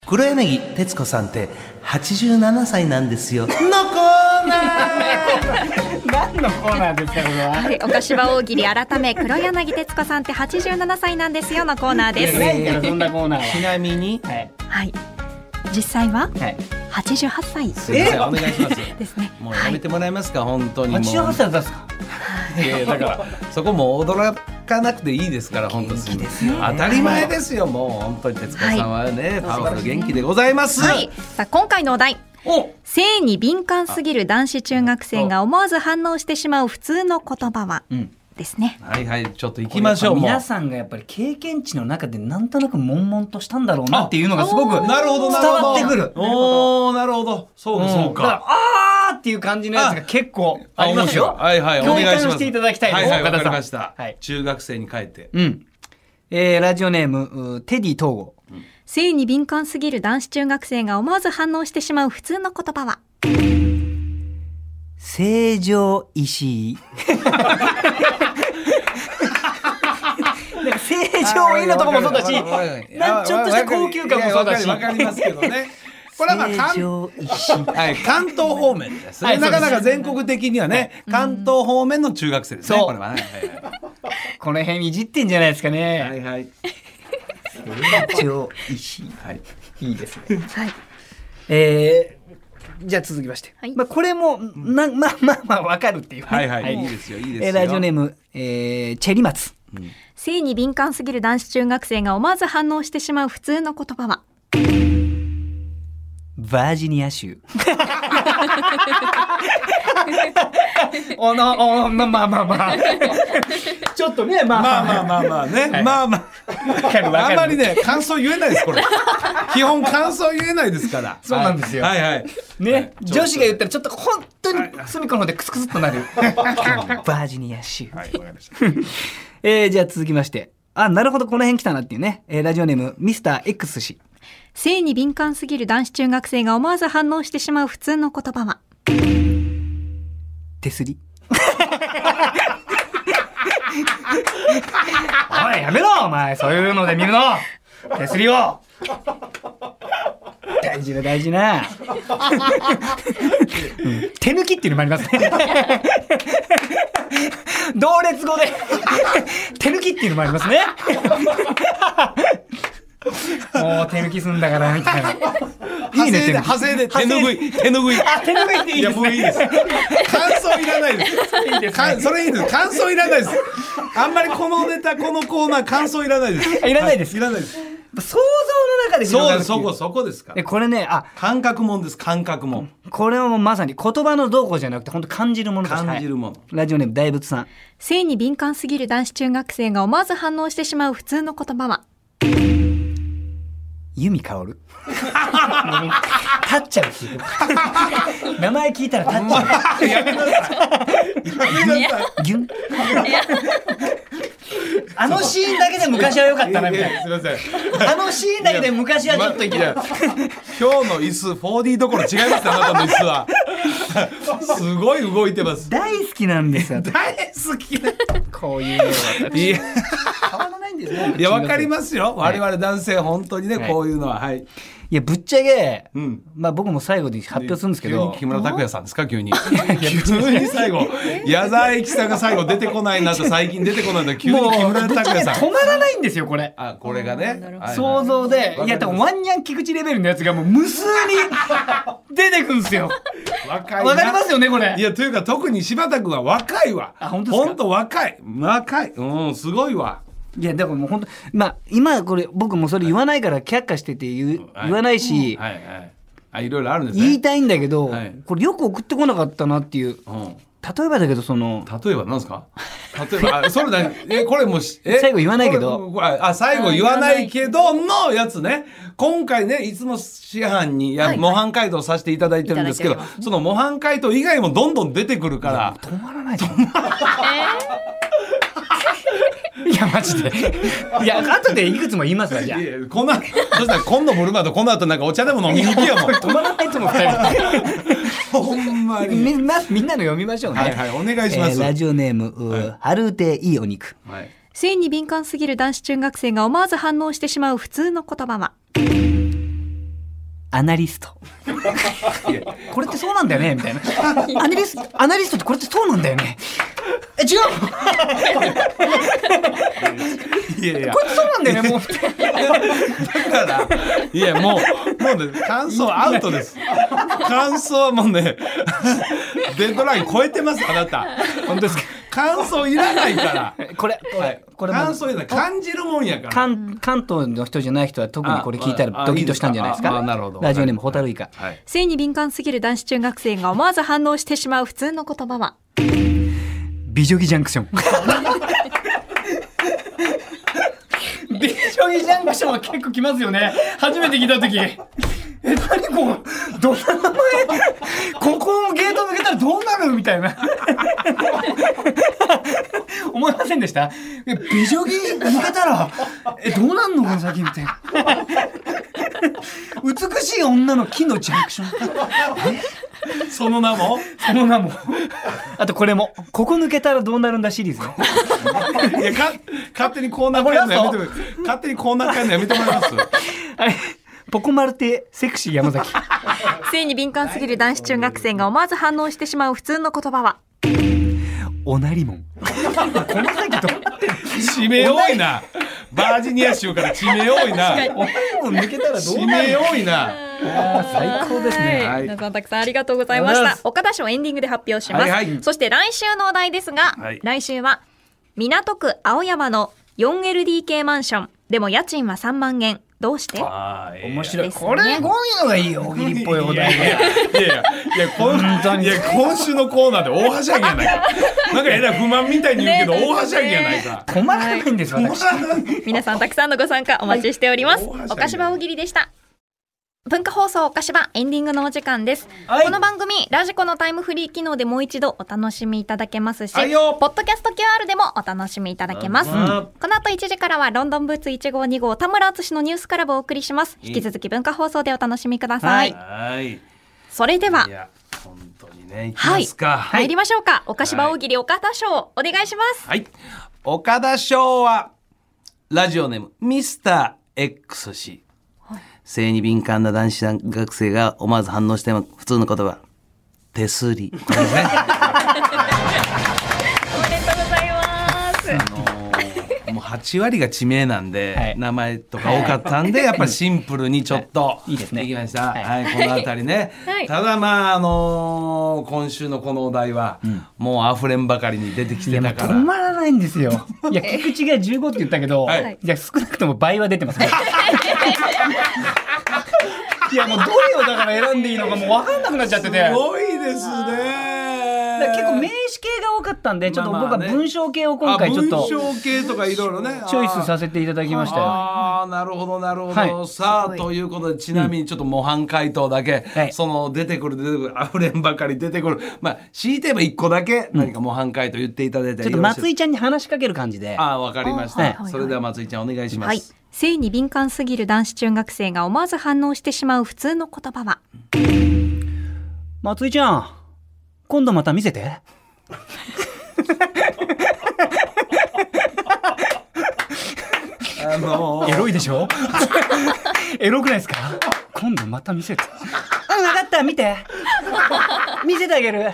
黒柳徹子さんって87歳なんですよのコーナー何のコーナーですかこれは。 はい、おかしば大喜利改め黒柳徹子さんって87歳なんですよのコーナーです。 ないからそんなコーナーは。 ちなみに、 はい、実際ははい 88歳すいませんお願いしますですね。 もうやめてもらえますか、本当にもう 88歳だったんですか。 だからそこも驚かなくていいですから本当に当たり前ですよ。もう本当に徹子さんはね、パワフル元気でございます。 はい、さあ今回のお題、 お性に敏感すぎる男子中学生が思わず反応してしまう普通の言葉は、ですね。 はいはい、ちょっと行きましょう。もう皆さんがやっぱり経験値の中でなんとなく悶々としたんだろうなっていうのがすごく伝なるほどわってくる。 おーなるほど、そうかそうだからか。 あーっていう感じのやつが結構ありますよ。 はいはい、お願いします。 共感していただきたいです。 はいはい、わ岡田さんかりました、 はい。 中学生に帰ってラジオネームテディ東郷。 性に敏感すぎる男子中学生が思わず反応してしまう普通の言葉は、 成城石井。なんか成城石のとこもそうだし、なんちょっとした高級感もそうだし。 わかりますけどね。これはまあ成城石井。 はい、関東方面ですね、 はいなかなか全国的にはね、関東方面の中学生ですね、 そうこれはね。 この辺いじってんじゃないですかはいね。 はいはい。 成城石井。 はい。 いいですね。 はい、 じゃあ続きまして、 はいまあこれもまあわかるっていうね。 はいはい、いいですよいいですよ。 ラジオネーム、チェリマツ。 性に敏感すぎる男子中学生が思わず反応してしまう普通の言葉は、 バージニア州。まあちょっとねまあね、 はいまあまああんまりね。 ね感想言えないですこれ。基本感想言えないですから。 そうなんですよはいはいね、 ちょっと女子が言ったらちょっと本当に隅っこの方でクスクスっとなる。バージニア州。 はい、わかりました。 じゃあ続きまして、なるほどこの辺来たなっていうね、ラジオネームミスター X 氏。 性に敏感すぎる男子中学生が思わず反応してしまう普通の言葉は、 手すり。おいやめろお前、そういうので見るの手すりを。大事な、手抜きっていうのもありますね。同列語で手抜きっていうのもありますね。もう手抜きすんだからみたいな。いいね、 派生で手拭い手拭い。 手拭いっていいですね。 いやもういいです。感想いらないです。 いいですね。 それいいです。感想いらないです。あんまりこのネタこのコーナー感想いらないです。 いらないです。 いらないです。 想像の中で広がるっていう。 そこですから。 これね、 感覚もんです。感覚もん。 これはもうまさに言葉のどうこうじゃなくて本当感じるものとして感じるもの。 ラジオネーム大仏さん。 性に敏感すぎる男子中学生が思わず反応してしまう普通の言葉は、 由美かおる。立っちゃうっていう。名前聞いたら立っちゃう。 やめなさい。やめなさい。 ギュン。あのシーンだけで昔は良かったなみたいな。 すみません。 あのシーンだけで昔はちょっといけない。 今日の椅子 4D どころ違いますよ、あなたの椅子は。すごい動いてます。 大好きなんですよ。 大好きな。 こういうのがいや、 変わらないんですね。 いやわかりますよ。 はい我々男性本当にね、こういうのははい。 いやぶっちゃけ、 うんまあ僕も最後で発表するんですけど、 急に木村拓哉さんですか急に。急に最後矢沢永吉さんが最後出てこないなと最近出てこないんだ急に木村拓哉さん。 止まらないんですよこれ。 あこれがね。はい想像で、いや、多分ワンニャン菊池レベルのやつがもう無数に出てくんすよ。 若いな。 わかりますよね、これ。 いやというか特に柴田君は若いわ。 本当ですか。 本当若い。うんすごいわ。 いや、だからもう本当、まあ、今これ、僕もそれ言わないから却下してて言わないし、 はいはい。いろいろあるんですね。 言いたいんだけど、 はいこれよく送ってこなかったなっていう。例えばだけど、 例えば何ですか。例えばそれだこれも最後言わないけど、 最後言わないけどのやつね。今回ねいつも師範に模範解答させていただいてるんですけど、その模範解答以外もどんどん出てくるから止まらない。いやマジで。いや後でいくつも言いますわじゃあ。 そしたら今度ブルマとこの後なんかお茶でも飲みに行きよもう。 止まらないとも2人。 ほんまに。 みんなの読みましょうね。 はいはいお願いします。 ラジオネーム春うていいお肉。 性に敏感すぎる男子中学生が思わず反応してしまう普通の言葉は、 アナリストこれってそうなんだよねみたいなアナリストってこれってそうなんだよね違ういやいやこれってそうなんだよねもうだからいやもうね感想アウトです。感想はもうねデッドライン超えてますあなた。本当ですか。感想いらないからこれ感想いらない感じるもんやから。 関東の人じゃない人は特にこれ聞いたらドキッとしたんじゃないですか。 なるほど。 ラジオネームホタルイカ。 性に敏感すぎる男子中学生が思わず反応してしまう普通の言葉は美女木ジャンクション美女木ジャンクションは結構きますよね。初めて聞いた時何こうどんな名前ここのゲート抜けたらどうなるみたいな思いませんでした？美女木抜けたらどうなんのこの先みたいな美しい女の木のジャンクションその名もあとこれもここ抜けたらどうなるんだシリーズねいや勝手にコーナー変えるのやめて勝手にコーナー変えるのやめてもらいますあれポコマルテセクシー山崎性に敏感すぎる男子中学生が思わず反応してしまう普通の言葉はおなりもんこの先ど地名多いなバージニア州から地名多いなおなりもん抜けたらどう地なる名多いな最高ですね。 はい、皆さんたくさんありがとうございました。岡田賞エンディングで発表します、 はいはい、 そして来週のお題ですが、 はい、 来週は港区青山の 4LDK マンションでも家賃は3万円どうして面白い、 ですね、 これこういうのがいいよ大喜利っぽいお題でいや今週のコーナーで大はしゃぎやないかなんかえらい不満みたいに言うけど、大はしゃぎやないか止まらないんです、 はい、皆さんたくさんのご参加お待ちしております、はい、岡島大喜利でした。文化放送岡島エンディングのお時間です、はい、この番組ラジコのタイムフリー機能でもう一度お楽しみいただけますし、ポッドキャスト QR でもお楽しみいただけます、この後1時からはロンドンブーツ1号2号田村敦のニュースクラブをお送りします。引き続き文化放送でお楽しみください、はい、それでは本当にね、いきますか、 はい、入りましょうか。岡島大喜利、岡田賞お願いします。 はい、岡田賞はラジオネームミスター X 氏、性に敏感な男子学生が思わず反応しても普通の言葉手すり、これですねおめでとうございます。 もう8割が地名なんで、はい、名前とか多かったんで、やっぱりシンプルにちょっといいですね、いきました、はいはい、このあたりね、はい、ただまあ今週のこのお題は、もう溢れんばかりに出てきてたから止まらないんですよ。いや菊池が15って言ったけど、はい、いや少なくとも倍は出てますねいやもうどれをだから選んでいいのかもう分かんなくなっちゃってて、 すごいですね。 結構名詞系が多かったんで、ちょっと僕は文章系を今回ちょっと文章系とかいろいろねチョイスさせていただきましたよ。 ああ、なるほどなるほど、はい、さあということで、ちなみにちょっと模範解答だけ、その出てくる溢れんばかり出てくる、まあ強いて言えば1個だけ何か模範解答言っていただいて、 ちょっと松井ちゃんに話しかける感じで。 ああ、わかりました、それでは松井ちゃんお願いします。はい、 性に敏感すぎる男子中学生が思わず反応してしまう普通の言葉は松井ちゃん今度また見せてエロいでしょエロくないですか。今度また見せて。分かった、見て見せてあげる。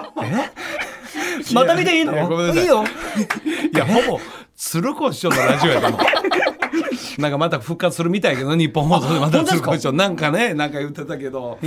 また見ていいの？いいよ。 いやほぼ鶴子師匠のラジオやと思うなんかまた復活するみたいけど、日本放送でまた鶴子師匠なんかね、なんか言ってたけど、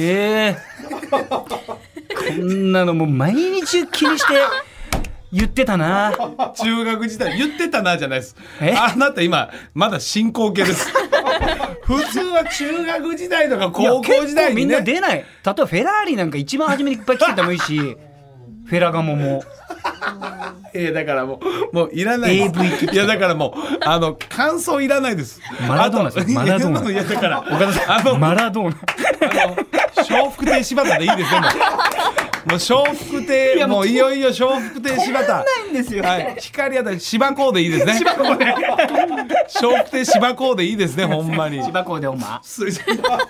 こんなのもう毎日気にして言ってたな。 中学時代言ってたなじゃないです。あなた今まだ進行形です普通は中学時代とか高校時代にね、 みんな出ない。例えばフェラーリなんか一番初めにいっぱい来ててもいいしフェラガモもだからもういらないです。いやだからもう感想いらないです。 マラドーナです。マラドーナ。 いやだから岡田さんマラドーナ。 笑福亭柴田でいいですよ。もう笑福亭、もういよいよ笑福亭柴田。 ないんですよ。 はい。光あたり芝公でいいですね。 芝公で。 笑福亭芝公でいいですね、ほんまに。 芝公でおますい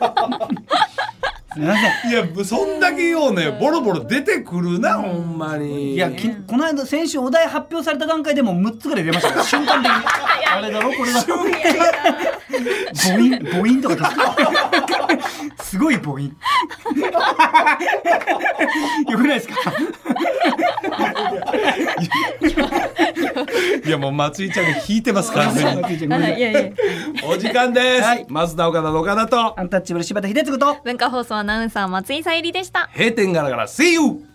ません。 いやそんだけようね、ボロボロ出てくるな、ほんまに。 いやこの間先週お題発表された段階でもう6つぐらい出ましたよ瞬間的にあれだろこれだ。母音とかすごい良い母音。よくないですか？ いやもう松井ちゃんが引いてます完全に。お時間です。増田岡田の岡田とアンタッチャブル柴田秀嗣と文化放送アナウンサー松井さゆりでした。 閉店ガラガラ See you。